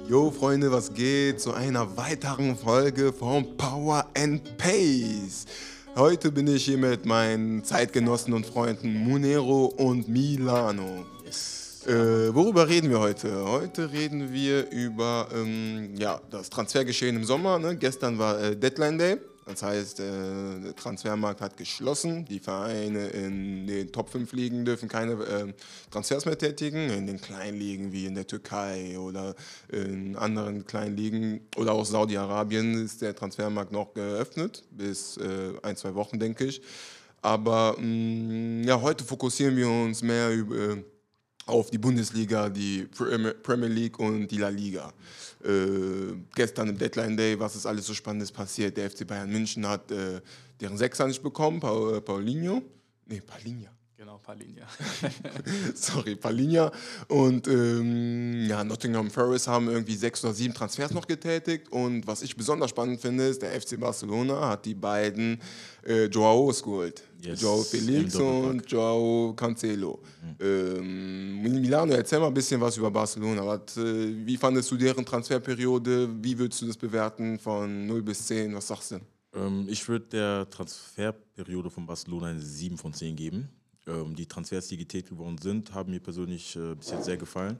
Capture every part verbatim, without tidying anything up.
Jo Freunde, was geht? Zu einer weiteren Folge von Power and Pace. Heute bin ich hier mit meinen Zeitgenossen und Freunden Munero und Milano. Yes. Äh, worüber reden wir heute? Heute reden wir über ähm, ja, das Transfergeschehen im Sommer. Ne? Gestern war äh, Deadline Day. Das heißt, äh, der Transfermarkt hat geschlossen. Die Vereine in den Top fünf Ligen dürfen keine äh, Transfers mehr tätigen. In den kleinen Ligen wie in der Türkei oder in anderen kleinen Ligen oder auch Saudi-Arabien ist der Transfermarkt noch geöffnet. Bis äh, ein, zwei Wochen, denke ich. Aber mh, ja, heute fokussieren wir uns mehr über, auf die Bundesliga, die Premier League und die La Liga. Äh, gestern im Deadline Day, was ist alles so Spannendes passiert? Der F C Bayern München hat äh, deren Sechser nicht bekommen, Paul, Paulinho. Nee, Paulinho. Genau, Paulinho. Sorry, Paulinho. Und ähm, ja, Nottingham Forest haben irgendwie sechs oder sieben Transfers noch getätigt. Und was ich besonders spannend finde, ist, der F C Barcelona hat die beiden äh, Joaos geholt. Yes, Joao Felix und Joao Cancelo. Mhm. Ähm, Milano, erzähl mal ein bisschen was über Barcelona. Was, äh, wie fandest du deren Transferperiode? Wie würdest du das bewerten von null bis zehn? Was sagst du? Ähm, ich würde der Transferperiode von Barcelona eine sieben von zehn geben. Ähm, die Transfers, die getätigt geworden sind, haben mir persönlich äh, bis jetzt sehr gefallen.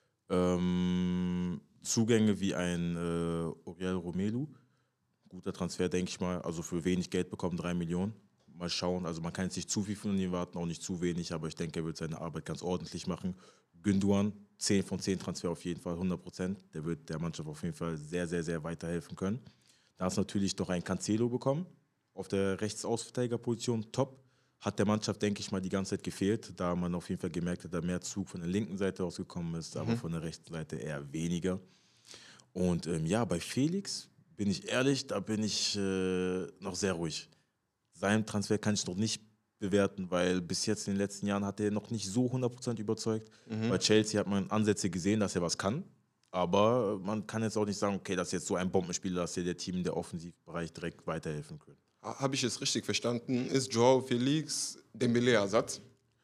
Ähm, Zugänge wie ein äh, Oriol Romelu, guter Transfer, denke ich mal. Also für wenig Geld bekommen, drei Millionen. Mal schauen, also man kann jetzt nicht zu viel von ihm warten, auch nicht zu wenig, aber ich denke, er wird seine Arbeit ganz ordentlich machen. Gündoğan, zehn von zehn Transfer auf jeden Fall, hundert Prozent. Der wird der Mannschaft auf jeden Fall sehr, sehr, sehr weiterhelfen können. Da ist natürlich doch ein Cancelo bekommen, auf der Rechtsaußenverteidigerposition, top. Hat der Mannschaft, denke ich mal, die ganze Zeit gefehlt, da man auf jeden Fall gemerkt hat, dass mehr Zug von der linken Seite rausgekommen ist, mhm. aber von der rechten Seite eher weniger. Und ähm, ja, bei Felix, bin ich ehrlich, da bin ich äh, noch sehr ruhig. Seinen Transfer kann ich noch nicht bewerten, weil bis jetzt in den letzten Jahren hat er noch nicht so hundert Prozent überzeugt. Mhm. Bei Chelsea hat man Ansätze gesehen, dass er was kann. Aber man kann jetzt auch nicht sagen, okay, das ist jetzt so ein Bombenspieler, dass er der Team in der Offensivbereich direkt weiterhelfen kann. Habe ich es richtig verstanden? Ist Joao Felix Dembélé-Ersatz?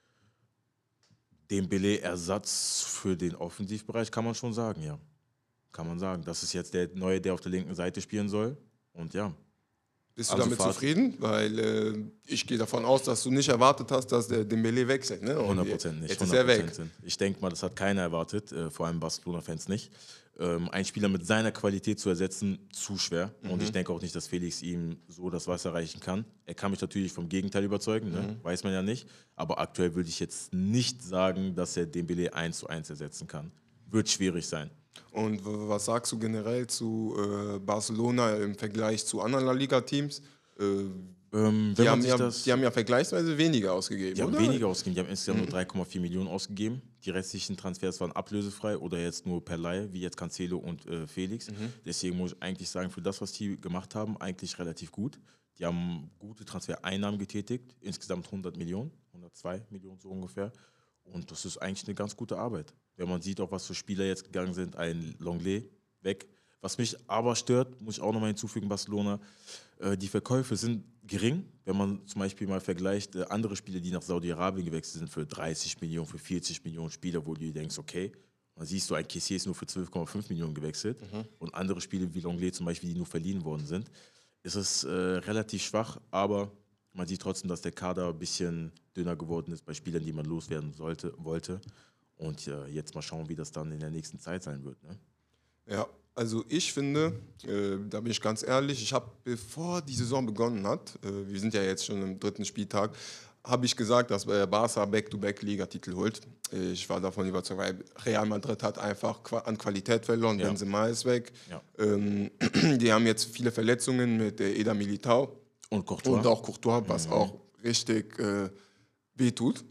Dembélé-Ersatz für den Offensivbereich kann man schon sagen, ja. Kann man sagen. Das ist jetzt der Neue, der auf der linken Seite spielen soll. Und ja. Bist du also damit zufrieden? Weil äh, ich gehe davon aus, dass du nicht erwartet hast, dass der Dembélé wechselt. Ne? hundert Prozent nicht. Jetzt ist er weg. Ich denke mal, das hat keiner erwartet, äh, vor allem Barcelona-Fans nicht. Ähm, einen Spieler mit seiner Qualität zu ersetzen, zu schwer. Mhm. Und ich denke auch nicht, dass Felix ihm so das Wasser reichen kann. Er kann mich natürlich vom Gegenteil überzeugen, ne? mhm. weiß man ja nicht. Aber aktuell würde ich jetzt nicht sagen, dass er Dembélé eins zu eins ersetzen kann. Wird schwierig sein. Und was sagst du generell zu äh, Barcelona im Vergleich zu anderen La Liga-Teams? Äh, ähm, die, haben ja, die haben ja vergleichsweise weniger ausgegeben, Die oder? haben weniger ausgegeben, die haben insgesamt mhm. nur drei Komma vier Millionen ausgegeben. Die restlichen Transfers waren ablösefrei oder jetzt nur per Leihe, wie jetzt Cancelo und äh, Felix. Mhm. Deswegen muss ich eigentlich sagen, für das, was die gemacht haben, eigentlich relativ gut. Die haben gute Transfereinnahmen getätigt, insgesamt hundert Millionen, hundertzwei Millionen so ungefähr. Und das ist eigentlich eine ganz gute Arbeit. Wenn man sieht, auch was für Spieler jetzt gegangen sind, ein Lenglet weg. Was mich aber stört, muss ich auch nochmal hinzufügen, Barcelona, äh, die Verkäufe sind gering. Wenn man zum Beispiel mal vergleicht, äh, andere Spieler, die nach Saudi-Arabien gewechselt sind, für dreißig Millionen, für vierzig Millionen Spieler, wo du denkst, okay, man siehst du, ein Kessier ist nur für zwölf Komma fünf Millionen gewechselt. Mhm. Und andere Spiele wie Lenglet zum Beispiel, die nur verliehen worden sind, ist es äh, relativ schwach, aber man sieht trotzdem, dass der Kader ein bisschen dünner geworden ist bei Spielern, die man loswerden sollte, wollte. Und äh, jetzt mal schauen, wie das dann in der nächsten Zeit sein wird. Ne? Ja, also ich finde, äh, da bin ich ganz ehrlich, ich habe, bevor die Saison begonnen hat, äh, wir sind ja jetzt schon im dritten Spieltag, habe ich gesagt, dass äh, Barca Back-to-Back-Liga-Titel holt. Ich war davon überzeugt, weil Real Madrid hat einfach an Qualität verloren, ja. Benzema ist weg. Ja. Ähm, die haben jetzt viele Verletzungen mit äh, Eder Militao. Und Courtois. Und auch Courtois, was mhm. auch richtig äh, wehtut.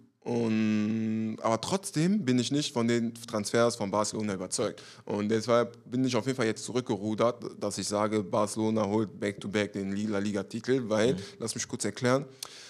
Und, aber trotzdem bin ich nicht von den Transfers von Barcelona überzeugt. Und deshalb bin ich auf jeden Fall jetzt zurückgerudert, dass ich sage, Barcelona holt back-to-back den La Liga-Titel, weil, mhm. lass mich kurz erklären,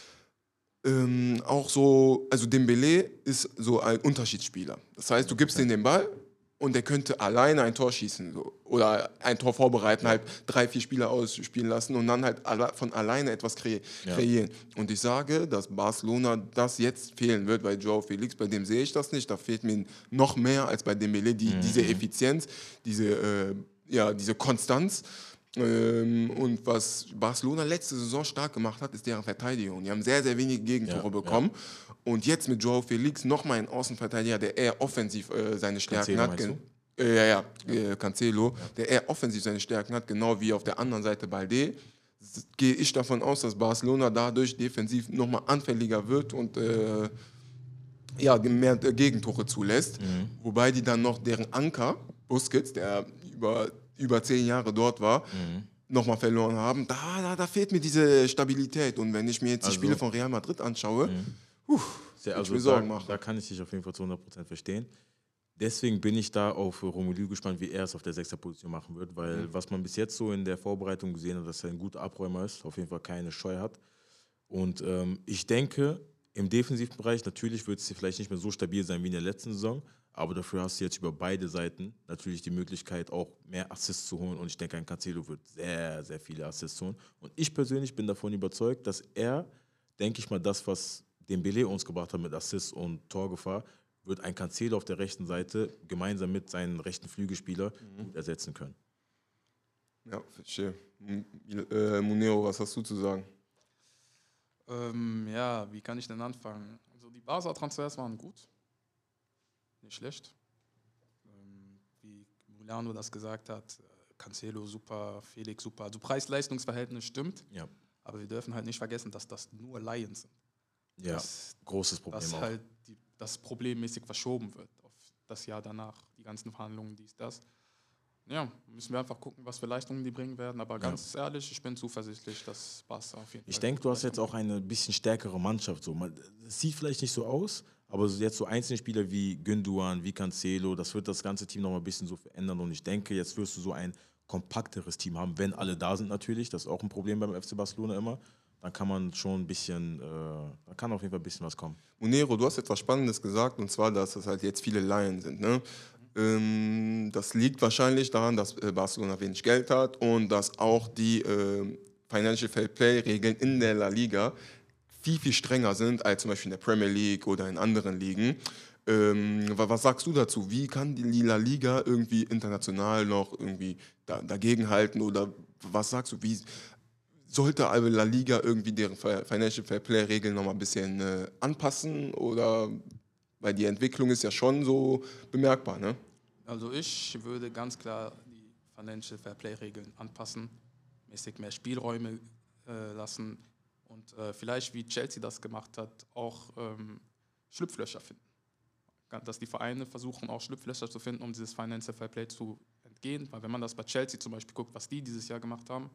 ähm, auch so, also Dembélé ist so ein Unterschiedsspieler. Das heißt, du gibst ihm den Ball, und der könnte alleine ein Tor schießen so. Oder ein Tor vorbereiten, halt drei, vier Spieler ausspielen lassen und dann halt alle, von alleine etwas kre Ja. kreieren. Und ich sage, dass Barcelona das jetzt fehlen wird bei Joao Felix, bei dem sehe ich das nicht, da fehlt mir noch mehr als bei Dembélé, die, Mhm. diese Effizienz, diese, äh, ja, diese Konstanz. Ähm, und was Barcelona letzte Saison stark gemacht hat, ist deren Verteidigung. Die haben sehr, sehr wenige Gegentore Ja, bekommen. Und jetzt mit Joao Felix nochmal ein Außenverteidiger, der eher offensiv äh, seine Stärken Cancelo, hat. meinst Gen- Äh, ja, ja, Äh, Cancelo, der eher offensiv seine Stärken hat, genau wie auf der anderen Seite Balde. S- Gehe ich davon aus, dass Barcelona dadurch defensiv nochmal anfälliger wird und äh, ja, mehr äh, Gegentore zulässt. Mhm. Wobei die dann noch deren Anker, Busquets, der über, über zehn Jahre dort war, Mhm. nochmal verloren haben. Da, da, da fehlt mir diese Stabilität. Und wenn ich mir jetzt die Also- Spiele von Real Madrid anschaue, Mhm. puh, Sehr, würde ich also mir da, Sorgen machen. da kann ich dich auf jeden Fall zu hundert Prozent verstehen. Deswegen bin ich da auf Romelu gespannt, wie er es auf der sechster Position machen wird, weil Mhm. was man bis jetzt so in der Vorbereitung gesehen hat, dass er ein guter Abräumer ist, auf jeden Fall keine Scheu hat. Und ähm, ich denke, im defensiven Bereich, natürlich wird es vielleicht nicht mehr so stabil sein wie in der letzten Saison, aber dafür hast du jetzt über beide Seiten natürlich die Möglichkeit, auch mehr Assists zu holen. Und ich denke, ein Cancelo wird sehr, sehr viele Assists holen. Und ich persönlich bin davon überzeugt, dass er, denke ich mal, das, was Dembélé uns gebracht hat mit Assists und Torgefahr, wird ein Cancelo auf der rechten Seite gemeinsam mit seinen rechten Flügelspieler gut ersetzen können. Ja, verstehe. M- äh, Munero, was hast du zu sagen? Ähm, ja, wie kann ich denn anfangen? Also die Barca-Transfers waren gut, nicht schlecht. Ähm, wie Milano das gesagt hat, äh, Cancelo super, Felix super. Also Preis-Leistungs-Verhältnis stimmt, Ja, aber wir dürfen halt nicht vergessen, dass das nur Lions sind. ja. Dass, Großes Problem dass auch. halt die, das problemmäßig verschoben wird auf das Jahr danach, die ganzen Verhandlungen, dies, das. Ja, müssen wir einfach gucken, was für Leistungen die bringen werden. Aber ganz ehrlich, ich bin zuversichtlich, dass Barca auf jeden Fall. Ich denke, du hast jetzt auch eine bisschen stärkere Mannschaft. So. Man- Es sieht vielleicht nicht so aus, aber so jetzt so einzelne Spieler wie Gündoğan, wie Cancelo, das wird das ganze Team noch mal ein bisschen so verändern. Und ich denke, jetzt wirst du so ein kompakteres Team haben, wenn alle da sind natürlich. Das ist auch ein Problem beim F C Barcelona immer. Dann kann man schon ein bisschen, äh, da kann auf jeden Fall ein bisschen was kommen. Munero, du hast etwas Spannendes gesagt, und zwar, dass es halt jetzt viele Laien sind. Ne? Ähm, das liegt wahrscheinlich daran, dass äh, Barcelona wenig Geld hat und dass auch die äh, Financial Fair Play-Regeln in der La Liga viel, viel strenger sind als zum Beispiel in der Premier League oder in anderen Ligen. Ähm, wa- was sagst du dazu? Wie kann die La Liga irgendwie international noch irgendwie da, dagegenhalten? Oder was sagst du, wie sollte also La Liga irgendwie deren Fi- Financial Fair Play-Regeln noch mal ein bisschen äh, anpassen? Oder weil die Entwicklung ist ja schon so bemerkbar, ne? Also ich würde ganz klar die Financial Fair Play Regeln anpassen, mäßig mehr Spielräume äh, lassen und äh, vielleicht, wie Chelsea das gemacht hat, auch ähm, Schlupflöcher finden. Dass die Vereine versuchen, auch Schlupflöcher zu finden, um dieses Financial Fair Play zu entgehen. Weil wenn man das bei Chelsea zum Beispiel guckt, was die dieses Jahr gemacht haben,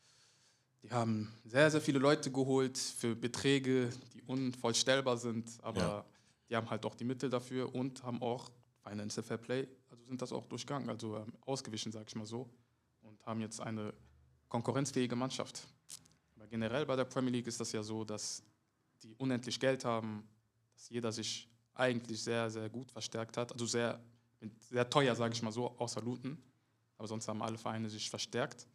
die haben sehr, sehr viele Leute geholt für Beträge, die unvorstellbar sind, aber Ja. die haben halt auch die Mittel dafür und haben auch Financial Fair Play, also sind das auch durchgegangen, also ähm, ausgewichen, sag ich mal so, und haben jetzt eine konkurrenzfähige Mannschaft. Aber generell bei der Premier League ist das ja so, dass die unendlich Geld haben, dass jeder sich eigentlich sehr, sehr gut verstärkt hat, also sehr, sehr teuer, sage ich mal so, außer Luton, aber sonst haben alle Vereine sich verstärkt.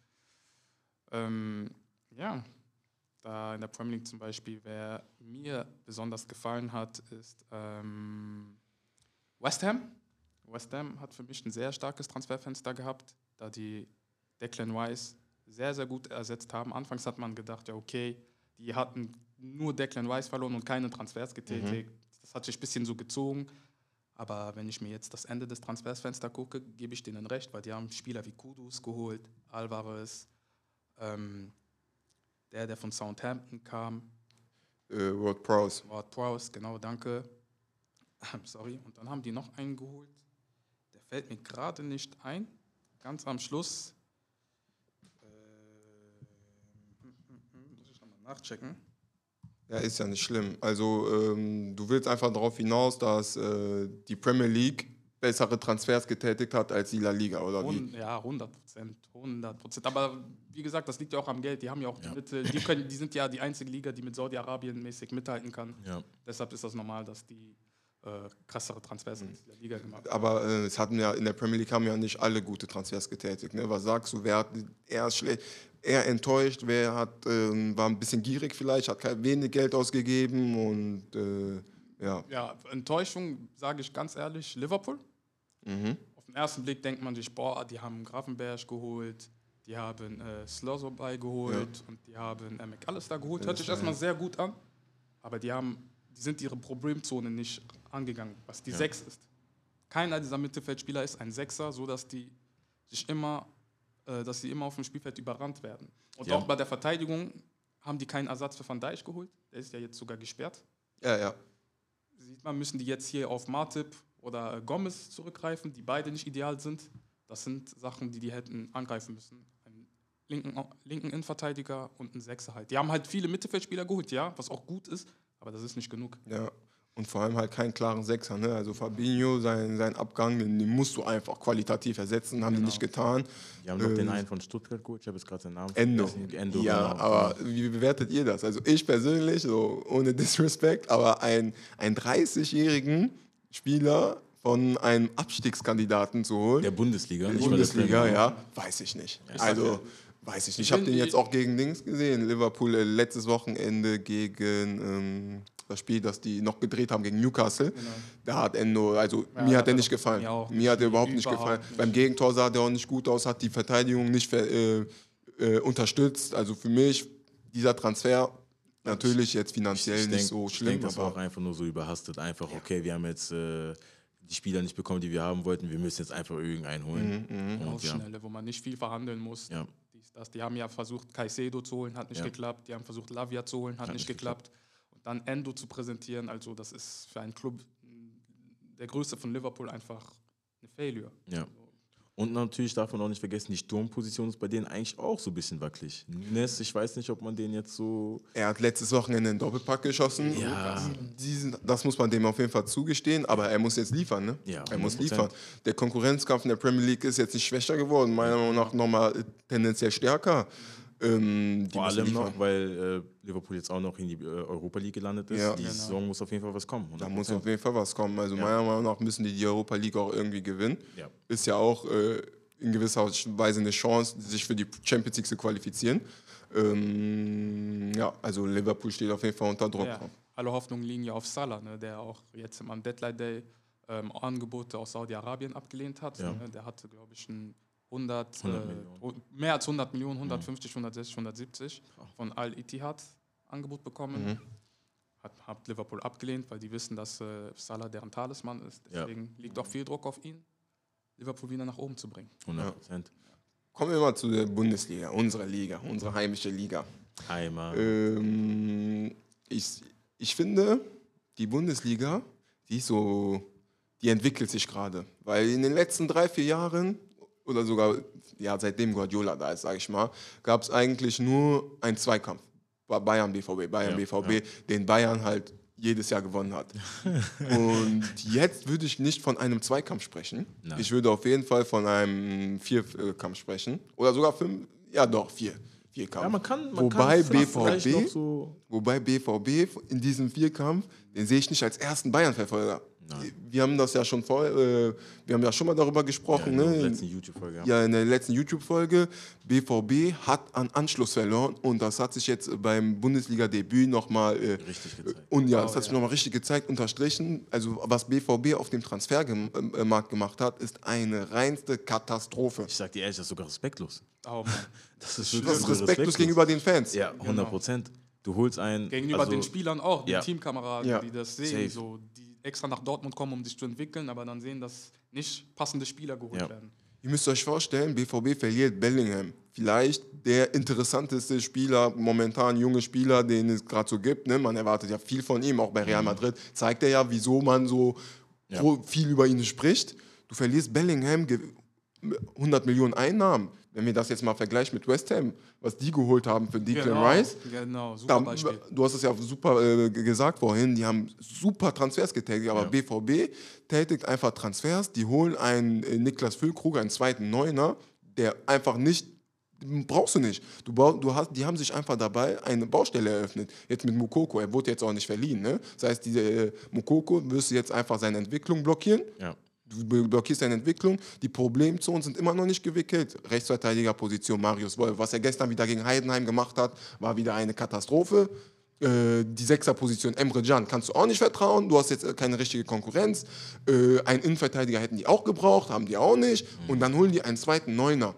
Ähm, ja, da in der Premier League zum Beispiel, wer mir besonders gefallen hat, ist ähm, West Ham. West Ham hat für mich ein sehr starkes Transferfenster gehabt, da die Declan Rice sehr, sehr gut ersetzt haben. Anfangs hat man gedacht, ja okay, die hatten nur Declan Rice verloren und keine Transfers getätigt. Das hat sich ein bisschen so gezogen. Aber wenn ich mir jetzt das Ende des Transferfensters gucke, gebe ich denen recht, weil die haben Spieler wie Kudus geholt, Alvarez, ähm, der, der von Southampton kam, Äh, Ward Prowse. Ward Prowse, genau, danke. Sorry. Und dann haben die noch einen geholt. Der fällt mir gerade nicht ein. Ganz am Schluss. Äh, muss ich nochmal nachchecken. Ja, ist ja nicht schlimm. Also ähm, du willst einfach darauf hinaus, dass äh, die Premier League bessere Transfers getätigt hat als die La Liga, oder wie? Hund- Ja, hundert Prozent. hundert Prozent. Aber wie gesagt, das liegt ja auch am Geld. Die haben ja auch die Mittel. Die, können, die sind ja die einzige Liga, die mit Saudi-Arabien mäßig mithalten kann. Ja. Deshalb ist das normal, dass die äh, krassere Transfers in der Liga gemacht. Aber äh, es hatten ja in der Premier League haben ja nicht alle gute Transfers getätigt. Ne? Was sagst du, wer hat eher schlecht, eher enttäuscht, wer hat, äh, war ein bisschen gierig vielleicht, hat kein, wenig Geld ausgegeben und äh, ja. Ja, Enttäuschung, sage ich ganz ehrlich, Liverpool. Mhm. Auf den ersten Blick denkt man sich, boah, die haben Grafenberg geholt, die haben äh, Slotherby geholt Ja. und die haben äh, McAllister geholt. Hört sich erstmal sehr gut an, aber die, haben, die sind ihre Problemzone nicht angegangen, was die Ja. sechs ist. Keiner dieser Mittelfeldspieler ist ein Sechser, sodass die sich immer, äh, dass sie immer auf dem Spielfeld überrannt werden. Und Ja. auch bei der Verteidigung haben die keinen Ersatz für Van Dijk geholt. Der ist ja jetzt sogar gesperrt. Ja, ja. Sieht man, müssen die jetzt hier auf Matip oder äh, Gomez zurückgreifen, die beide nicht ideal sind. Das sind Sachen, die die hätten angreifen müssen. Einen linken, linken Innenverteidiger und einen Sechser halt. Die haben halt viele Mittelfeldspieler geholt, ja, was auch gut ist, aber das ist nicht genug. Ja. Und vor allem halt keinen klaren Sechser. Ne? Also Fabinho, sein, sein Abgang, den, den musst du einfach qualitativ ersetzen, haben die Genau. nicht getan. Die haben noch den Ähm, einen von Stuttgart geholt, ich habe jetzt gerade den Namen Endo. vergessen. Endo, Ja, genau. aber wie bewertet ihr das? Also ich persönlich, so ohne Disrespect, aber ein, einen dreißigjährigen Spieler von einem Abstiegskandidaten zu holen, Der Bundesliga. in nicht der mal der Bundesliga, Premier. ja, weiß ich nicht. Ich Also, sag weiß ich nicht. Ich Ich habe bin den die- jetzt auch gegen Dings gesehen. Liverpool äh, letztes Wochenende gegen ähm, das Spiel, das die noch gedreht haben gegen Newcastle. Genau. Da hat Endo, also Ja, mir das hat er hat nicht er- gefallen. mir auch Mir nicht. hat er überhaupt nicht Überhaupt gefallen. nicht. Beim Gegentor sah der auch nicht gut aus, hat die Verteidigung nicht ver, äh, äh, unterstützt. Also für mich, dieser Transfer, natürlich jetzt finanziell Ich nicht denk- so Ich schlimm, denke, das war auch aber einfach nur so überhastet. Einfach, okay, wir haben jetzt äh, die Spieler nicht bekommen, die wir haben wollten. Wir müssen jetzt einfach irgendeinen holen. Mhm, Und ja, Schnelle, wo man nicht viel verhandeln muss. ja, Dies, das. Die haben ja versucht, Caicedo zu holen, hat nicht Ja. geklappt. Die haben versucht, Lavia zu holen, hat, Hat nicht nicht geklappt. Und dann Endo zu präsentieren, also das ist für einen Club mh, der Größe von Liverpool einfach eine Failure. ja. Und natürlich darf man auch nicht vergessen, die Sturmposition ist bei denen eigentlich auch so ein bisschen wackelig. Nunes, ich weiß nicht, ob man den jetzt so... er hat letztes Wochenende einen Doppelpack geschossen. Ja. Diesen, das muss man dem auf jeden Fall zugestehen, aber er muss jetzt liefern. Ne? Ja, er muss hundert Prozent. liefern. Der Konkurrenzkampf in der Premier League ist jetzt nicht schwächer geworden, meiner Meinung nach nochmal äh, tendenziell stärker. Ähm, die Vor müssen allem liefern. noch, weil äh, Liverpool jetzt auch noch in die äh, Europa League gelandet ist. Ja. Die Genau. Saison muss auf jeden Fall was kommen. Da hundert muss Prozent. auf jeden Fall was kommen. Also Ja. meiner Meinung nach müssen die die Europa League auch irgendwie gewinnen. Ja. Ist ja auch äh, in gewisser Weise eine Chance, sich für die Champions League zu qualifizieren. Ähm, ja, also Liverpool steht auf jeden Fall unter Druck. Ja. Alle Hoffnungen liegen ja auf Salah, ne, der auch jetzt am Deadline Day ähm, Angebote aus Saudi-Arabien abgelehnt hat. Ja. Ne, der hatte, glaube ich, ein hundert, hundert äh, Millionen. mehr als hundert Millionen, hundertfünfzig, hundertsechzig, hundertsiebzig von Al-Ittihad Angebot bekommen. Mhm. Hat, hat Liverpool abgelehnt, weil die wissen, dass äh, Salah deren Talisman ist. Ja. Deswegen liegt auch viel Druck auf ihn, Liverpool wieder nach oben zu bringen. hundert Prozent. Kommen wir mal zu der Bundesliga, unserer Liga, unsere heimische Liga. Heimat. Ähm, ich, ich finde, die Bundesliga, die ist so, die entwickelt sich gerade. Weil in den letzten drei, vier Jahren, oder sogar ja, seitdem Guardiola da ist, sage ich mal, gab es eigentlich nur einen Zweikampf. War Bayern B V B, Bayern Ja, B V B, ja. den Bayern halt jedes Jahr gewonnen hat. Und jetzt würde ich nicht von einem Zweikampf sprechen. Nein. Ich würde auf jeden Fall von einem Vierkampf sprechen. Oder sogar fünf, ja doch, vier. Vierkampf. Ja, man kann, man Wobei kann flach B vielleicht V B noch so... Wobei B V B in diesem Vierkampf, den sehe ich nicht als ersten Bayern-Verfolger. Nein. Wir haben das ja schon vor, äh, wir haben ja schon mal darüber Ja, gesprochen, in der ne? letzten YouTube-Folge. Ja, in der letzten YouTube-Folge. B V B hat an Anschluss verloren und das hat sich jetzt beim Bundesliga-Debüt nochmal äh, Richtig gezeigt. und ja, Oh, das hat sich ja. nochmal richtig gezeigt, unterstrichen. Also was B V B auf dem Transfermarkt gemacht hat, ist eine reinste Katastrophe. Ich sag dir ehrlich, das ist sogar respektlos. Oh, Mann. Das ist Das ist respektlos gegenüber den Fans. Ja, hundert Prozent. Du holst einen... Gegenüber also, den Spielern auch, den ja. Teamkameraden, Ja. die das sehen, Safe. so, die extra nach Dortmund kommen, um sich zu entwickeln, aber dann sehen, dass nicht passende Spieler geholt Ja. werden. Ihr müsst euch vorstellen, B V B verliert Bellingham. Vielleicht der interessanteste Spieler, momentan junge Spieler, den es gerade so gibt. Ne? Man erwartet ja viel von ihm, auch bei Real Madrid. Zeigt er ja, wieso man so Ja. so viel über ihn spricht. Du verlierst Bellingham, ge- hundert Millionen Einnahmen. Wenn wir das jetzt mal vergleichen mit West Ham, was die geholt haben für Declan Rice. Genau, super Da, Beispiel. du hast es ja super äh, gesagt vorhin, die haben super Transfers getätigt, aber Ja. B V B tätigt einfach Transfers, die holen einen äh, Niklas Füllkrug, einen zweiten Neuner, der einfach nicht Brauchst du nicht. Du, bau, du hast, die haben sich einfach dabei eine Baustelle eröffnet. Jetzt mit Moukoko, er wurde jetzt auch nicht verliehen. Ne? Das heißt, diese äh, Moukoko wirst du jetzt einfach seine Entwicklung blockieren. Ja. Du blockierst seine Entwicklung. Die Problemzonen sind immer noch nicht gewickelt. Rechtsverteidigerposition Marius Wolf. Was er gestern wieder gegen Heidenheim gemacht hat, war wieder eine Katastrophe. Äh, die Sechserposition Emre Can kannst du auch nicht vertrauen. Du hast jetzt keine richtige Konkurrenz. Äh, einen Innenverteidiger hätten die auch gebraucht, haben die auch nicht. Mhm. Und dann holen die einen zweiten Neuner.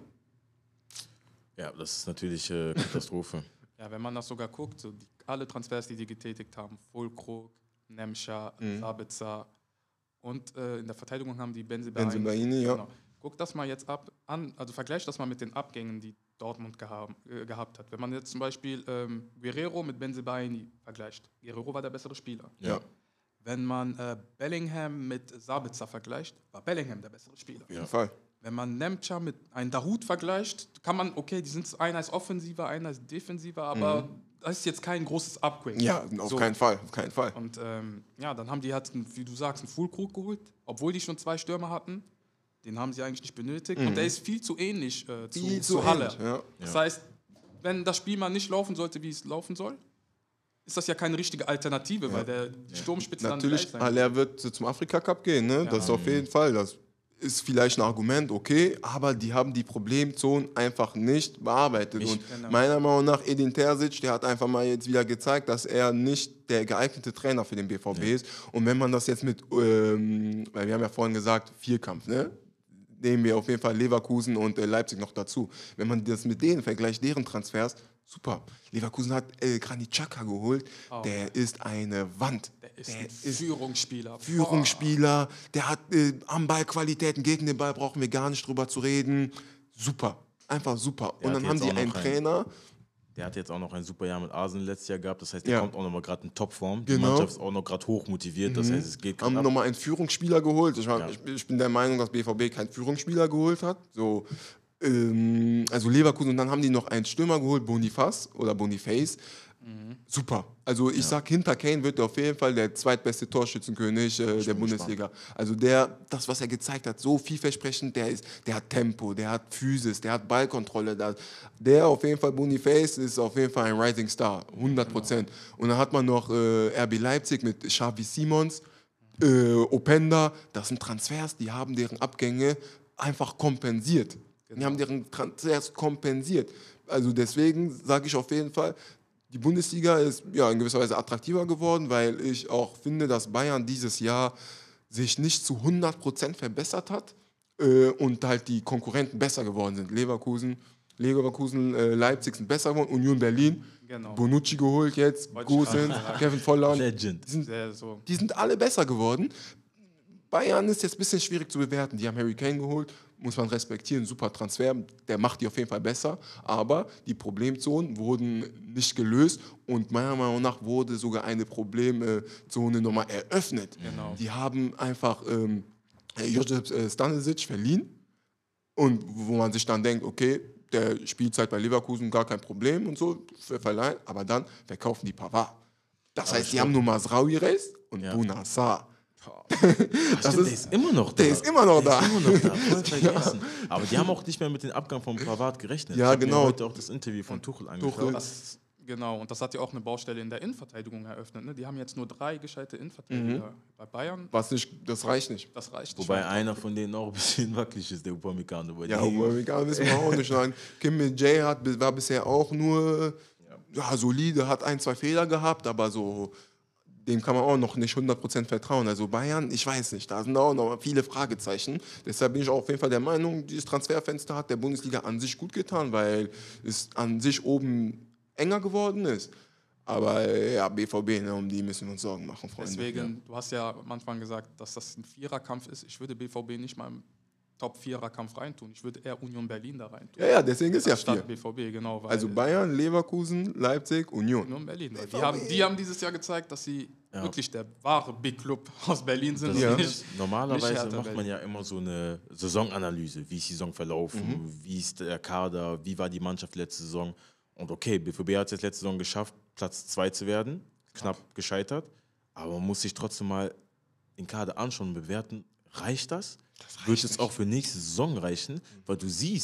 Ja, das ist natürlich äh, Katastrophe. Ja, wenn man das sogar guckt, so die, alle Transfers, die die getätigt haben, Fulkrug, Nemcha, mhm. Sabitzer und äh, in der Verteidigung haben die Benzibaini. Benzibaini, ja. Genau. Guck das mal jetzt ab an, also vergleich das mal mit den Abgängen, die Dortmund geha äh, gehabt hat. Wenn man jetzt zum Beispiel ähm, Guerrero mit Benzibaini vergleicht, Guerrero war der bessere Spieler. Ja. Wenn man äh, Bellingham mit Sabitzer vergleicht, war Bellingham der bessere Spieler. Auf jeden Fall. Wenn man Nemcha mit einem Dahut vergleicht, kann man, okay, die sind einer ist offensiver, einer ist defensiver, aber mhm. das ist jetzt kein großes Upgrade. Ja, auf so. keinen Fall, auf keinen Fall. Und ähm, ja, dann haben die halt, wie du sagst, einen Fulkrug geholt, obwohl die schon zwei Stürmer hatten. Den haben sie eigentlich nicht benötigt. Mhm. Und der ist viel zu ähnlich äh, zu, viel zu, zu Halle. Ähnlich, ja. Das heißt, wenn das Spiel mal nicht laufen sollte, wie es laufen soll, ist das ja keine richtige Alternative, ja. weil der die Sturmspitze dann natürlich, dann Haller wird zum Afrika-Cup gehen, ne? Ja. Das ist auf jeden Fall. Das ist vielleicht ein Argument, okay, aber die haben die Problemzonen einfach nicht bearbeitet. Ich, und genau. meiner Meinung nach, Edin Terzic, der hat einfach mal jetzt wieder gezeigt, dass er nicht der geeignete Trainer für den B V B ja. ist. Und wenn man das jetzt mit, ähm, weil wir haben ja vorhin gesagt, Vierkampf, ne? Nehmen wir auf jeden Fall Leverkusen und äh, Leipzig noch dazu. Wenn man das mit denen vergleicht, deren Transfers, super. Leverkusen hat äh, Granit Xhaka geholt, oh. der ist eine Wand. Der ist der ein ist Führungsspieler. Führungsspieler, oh. der hat äh, am Ball Qualitäten, gegen den Ball brauchen wir gar nicht drüber zu reden. Super, einfach super. Der und dann haben die einen Trainer. Der hat jetzt auch noch ein super Jahr mit Arsenal letztes Jahr gehabt. Das heißt, der ja. kommt auch noch mal gerade in Topform. Genau. Die Mannschaft ist auch noch gerade hoch motiviert. Das mhm. heißt, es geht Haben ab. nochmal einen Führungsspieler geholt. Ich, ja. ich, ich bin der Meinung, dass B V B keinen Führungsspieler geholt hat. So, ähm, also Leverkusen. Und dann haben die noch einen Stürmer geholt, Boniface oder Boniface. Mhm. Super. Also ich ja. sag, hinter Kane wird er auf jeden Fall der zweitbeste Torschützenkönig äh, der Bundesliga. Gespannt. Also der, das, was er gezeigt hat, so vielversprechend, der ist, der hat Tempo, der hat Physis, der hat Ballkontrolle. Der, der auf jeden Fall, Boniface, ist auf jeden Fall ein Rising Star, hundert Prozent. Genau. Und dann hat man noch äh, R B Leipzig mit Xavi Simons, äh, Openda. Das sind Transfers, die haben deren Abgänge einfach kompensiert. Genau. Die haben deren Transfers kompensiert. Also deswegen sage ich auf jeden Fall, die Bundesliga ist ja in gewisser Weise attraktiver geworden, weil ich auch finde, dass Bayern dieses Jahr sich nicht zu hundert Prozent verbessert hat äh, und halt die Konkurrenten besser geworden sind. Leverkusen, Leverkusen, äh, Leipzig sind besser geworden, Union Berlin, genau. Bonucci geholt jetzt, Gosens, Kevin Volland. Legend. Die sind, die sind alle besser geworden. Bayern ist jetzt ein bisschen schwierig zu bewerten. Die haben Harry Kane geholt, muss man respektieren, super Transfer, der macht die auf jeden Fall besser, aber die Problemzonen wurden nicht gelöst und meiner Meinung nach wurde sogar eine Problemzone nochmal eröffnet. Genau. Die haben einfach ähm, Josip Stanisic verliehen und wo man sich dann denkt, okay, der Spielzeit bei Leverkusen gar kein Problem und so, verleihen, aber dann verkaufen die Pavard. Das aber heißt, die haben nur Masraoui und ja. Bounassar. Das ist, der ist immer noch da. Der ist immer noch der da. Ist immer noch da. Voll vergessen. Ja. Aber die haben auch nicht mehr mit dem Abgang von Pavard gerechnet. Ja, ich genau. Mir heute auch das Interview von Tuchel angeschaut. Das, genau, und das hat ja auch eine Baustelle in der Innenverteidigung eröffnet. Ne? Die haben jetzt nur drei gescheite Innenverteidiger mhm. bei Bayern. Was nicht, das reicht nicht. Das reicht Wobei nicht. einer von denen auch ein bisschen wackelig ist, der Upamecano. Ja, Upamecano wissen wir auch nicht. Kim Min-jae hat war bisher auch nur ja. Ja, solide, hat ein, zwei Fehler gehabt, aber so dem kann man auch noch nicht hundert Prozent vertrauen. Also Bayern, ich weiß nicht, da sind auch noch viele Fragezeichen. Deshalb bin ich auch auf jeden Fall der Meinung, dieses Transferfenster hat der Bundesliga an sich gut getan, weil es an sich oben enger geworden ist. Aber ja, B V B, ne, um die müssen wir uns Sorgen machen, Freunde. Deswegen, ja. du hast ja manchmal gesagt, dass das ein Viererkampf ist. Ich würde B V B nicht mal im Top-Vierer-Kampf reintun. Ich würde eher Union Berlin da reintun. Ja, ja, deswegen ist ja vier. B V B, genau. Weil also Bayern, Leverkusen, Leipzig, Union. Union Berlin. Die haben, die haben dieses Jahr gezeigt, dass sie ja. wirklich der wahre Big Club aus Berlin sind. Ja. Nicht, Normalerweise nicht macht man ja immer so eine Saisonanalyse. Wie ist die Saison verlaufen? Mhm. Wie ist der Kader? Wie war die Mannschaft letzte Saison? Und okay, B V B hat es jetzt letzte Saison geschafft, Platz zwei zu werden. Knapp ja. gescheitert. Aber man muss sich trotzdem mal den Kader anschauen und bewerten. Reicht das? das Wird es auch für nächste Saison reichen? Weil du siehst,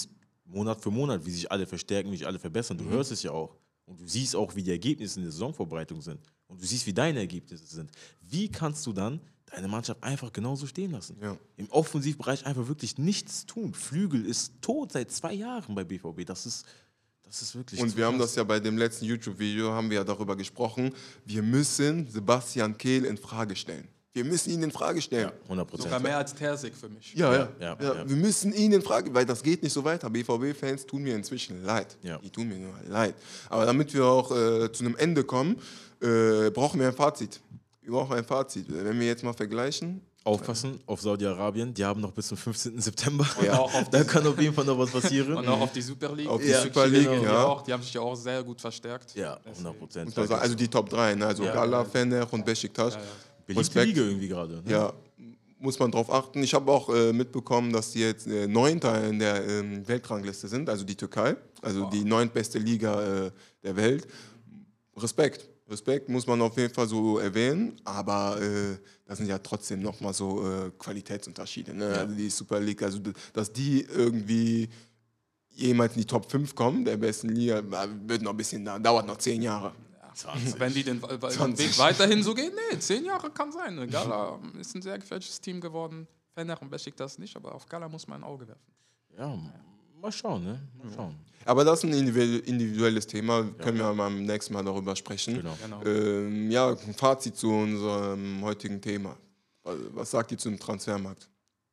Monat für Monat, wie sich alle verstärken, wie sich alle verbessern. Du mhm. hörst es ja auch. Und du siehst auch, wie die Ergebnisse in der Saisonvorbereitung sind. Und du siehst, wie deine Ergebnisse sind. Wie kannst du dann deine Mannschaft einfach genauso stehen lassen? Ja. Im Offensivbereich einfach wirklich nichts tun. Flügel ist tot seit zwei Jahren bei B V B. Das ist, das ist wirklich Und wir krass. haben das ja bei dem letzten YouTube-Video, haben wir ja darüber gesprochen, wir müssen Sebastian Kehl in Frage stellen. Wir müssen ihn in Frage stellen. Ja, hundert Prozent. Sogar mehr als Terzic für mich. Ja, ja, ja, ja, ja. Wir müssen ihn in Frage, weil das geht nicht so weiter. B V B-Fans tun mir inzwischen leid. Ja. Die tun mir nur leid. Aber damit wir auch äh, zu einem Ende kommen, äh, brauchen wir ein Fazit. Wir brauchen ein Fazit. Wenn wir jetzt mal vergleichen. Aufpassen auf Saudi-Arabien, die haben noch bis zum fünfzehnten September. Ja. Da kann auf jeden Fall noch was passieren. Und auch auf die Super League. Auf die ja, Super League, genau. ja. Auch, die haben sich ja auch sehr gut verstärkt. Ja, hundert Prozent. Also die Top drei, ne? Also ja, Gala, Fener und Beşiktaş. Ja, ja. Beliebte Liga irgendwie gerade. Ne? Ja, muss man drauf achten. Ich habe auch äh, mitbekommen, dass die jetzt äh, Neunter in der äh, Weltrangliste sind, also die Türkei, also wow. die neuntbeste Liga äh, der Welt. Respekt, Respekt muss man auf jeden Fall so erwähnen, aber äh, das sind ja trotzdem nochmal so äh, Qualitätsunterschiede. Ne? Ja. Also die Super League, also dass die irgendwie jemals in die Top fünf kommen, der besten Liga, wird noch ein bisschen, dauert noch zehn Jahre. zwanzig. Wenn die den, den Weg weiterhin so gehen, nee, zehn Jahre kann sein. Gala ist ein sehr gefährliches Team geworden. Fener und Beşiktaş nicht, aber auf Gala muss man ein Auge werfen. Ja, mal schauen, ne? Mal schauen. Aber das ist ein individuelles Thema, ja, können wir beim nächsten Mal darüber sprechen. Genau. Genau. Ähm, ja, ein Fazit zu unserem heutigen Thema. Was sagt ihr zum Transfermarkt?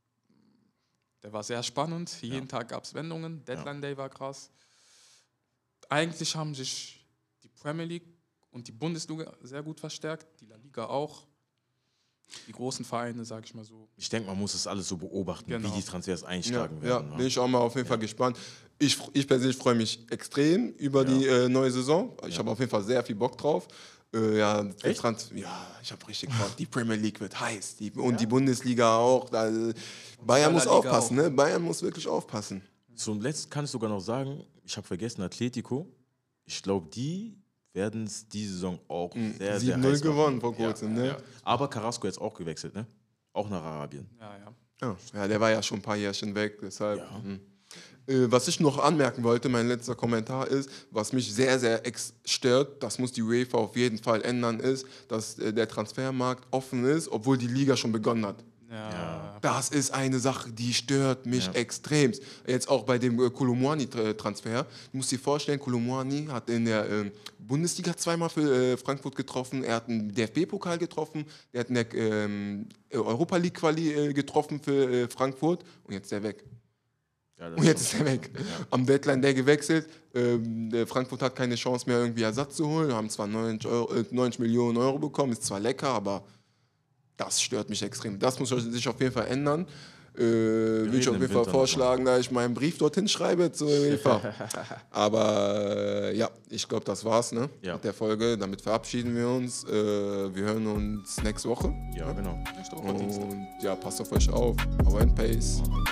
Der war sehr spannend. Jeden ja. Tag gab es Wendungen. Deadline ja. Day war krass. Eigentlich haben sich die Premier League und die Bundesliga sehr gut verstärkt, die La Liga auch. Die großen Vereine, sage ich mal so. Ich denke, man muss es alles so beobachten, genau. wie die Transfers einschlagen ja, werden. Ja, bin ich auch mal auf jeden Fall ja. gespannt. Ich, ich persönlich freue mich extrem über ja. die äh, neue Saison. Ich ja. habe auf jeden Fall sehr viel Bock drauf. Äh, ja, Trans ja, ich habe richtig Bock. Die Premier League wird heiß. Die, und ja. die Bundesliga auch. Da, Bayern muss aufpassen, ne? Bayern muss wirklich aufpassen. Zum Letzten kann ich sogar noch sagen, ich habe vergessen, Atletico. Ich glaube, die werden es diese Saison auch mhm. sehr, sehr heiß gewonnen vor kurzem, ja, ne? Ja. Aber Carrasco jetzt auch gewechselt, ne? Auch nach Arabien. Ja, ja. Ja, ja, der war ja schon ein paar Jährchen weg, deshalb. Ja. Äh, was ich noch anmerken wollte, mein letzter Kommentar ist, was mich sehr, sehr ex stört, das muss die UEFA auf jeden Fall ändern, ist, dass äh, der Transfermarkt offen ist, obwohl die Liga schon begonnen hat. Ja. Das ist eine Sache, die stört mich ja. extremst. Jetzt auch bei dem äh, Koulibaly-Transfer. Du musst dir vorstellen, Koulibaly hat in der äh, Bundesliga zweimal für äh, Frankfurt getroffen. Er hat einen D F B-Pokal getroffen. Er hat eine ähm, Europa League-Quali äh, getroffen für äh, Frankfurt. Und jetzt ist er weg. Ja, und jetzt ist er weg. Ja. Am Deadline Day gewechselt. Ähm, Frankfurt hat keine Chance mehr, irgendwie Ersatz zu holen. Wir haben zwar neunzig, Euro, äh, neunzig Millionen Euro bekommen. Ist zwar lecker, aber das stört mich extrem. Das muss sich auf jeden Fall ändern. Äh, Würde ich auf jeden Fall vorschlagen, da ich meinen Brief dorthin schreibe zur UEFA. Aber äh, ja, ich glaube, das war's ne? ja. mit der Folge. Damit verabschieden wir uns. Äh, wir hören uns nächste Woche. Ja, genau. Nächste Woche Und ja, passt auf euch auf. Power and Pace.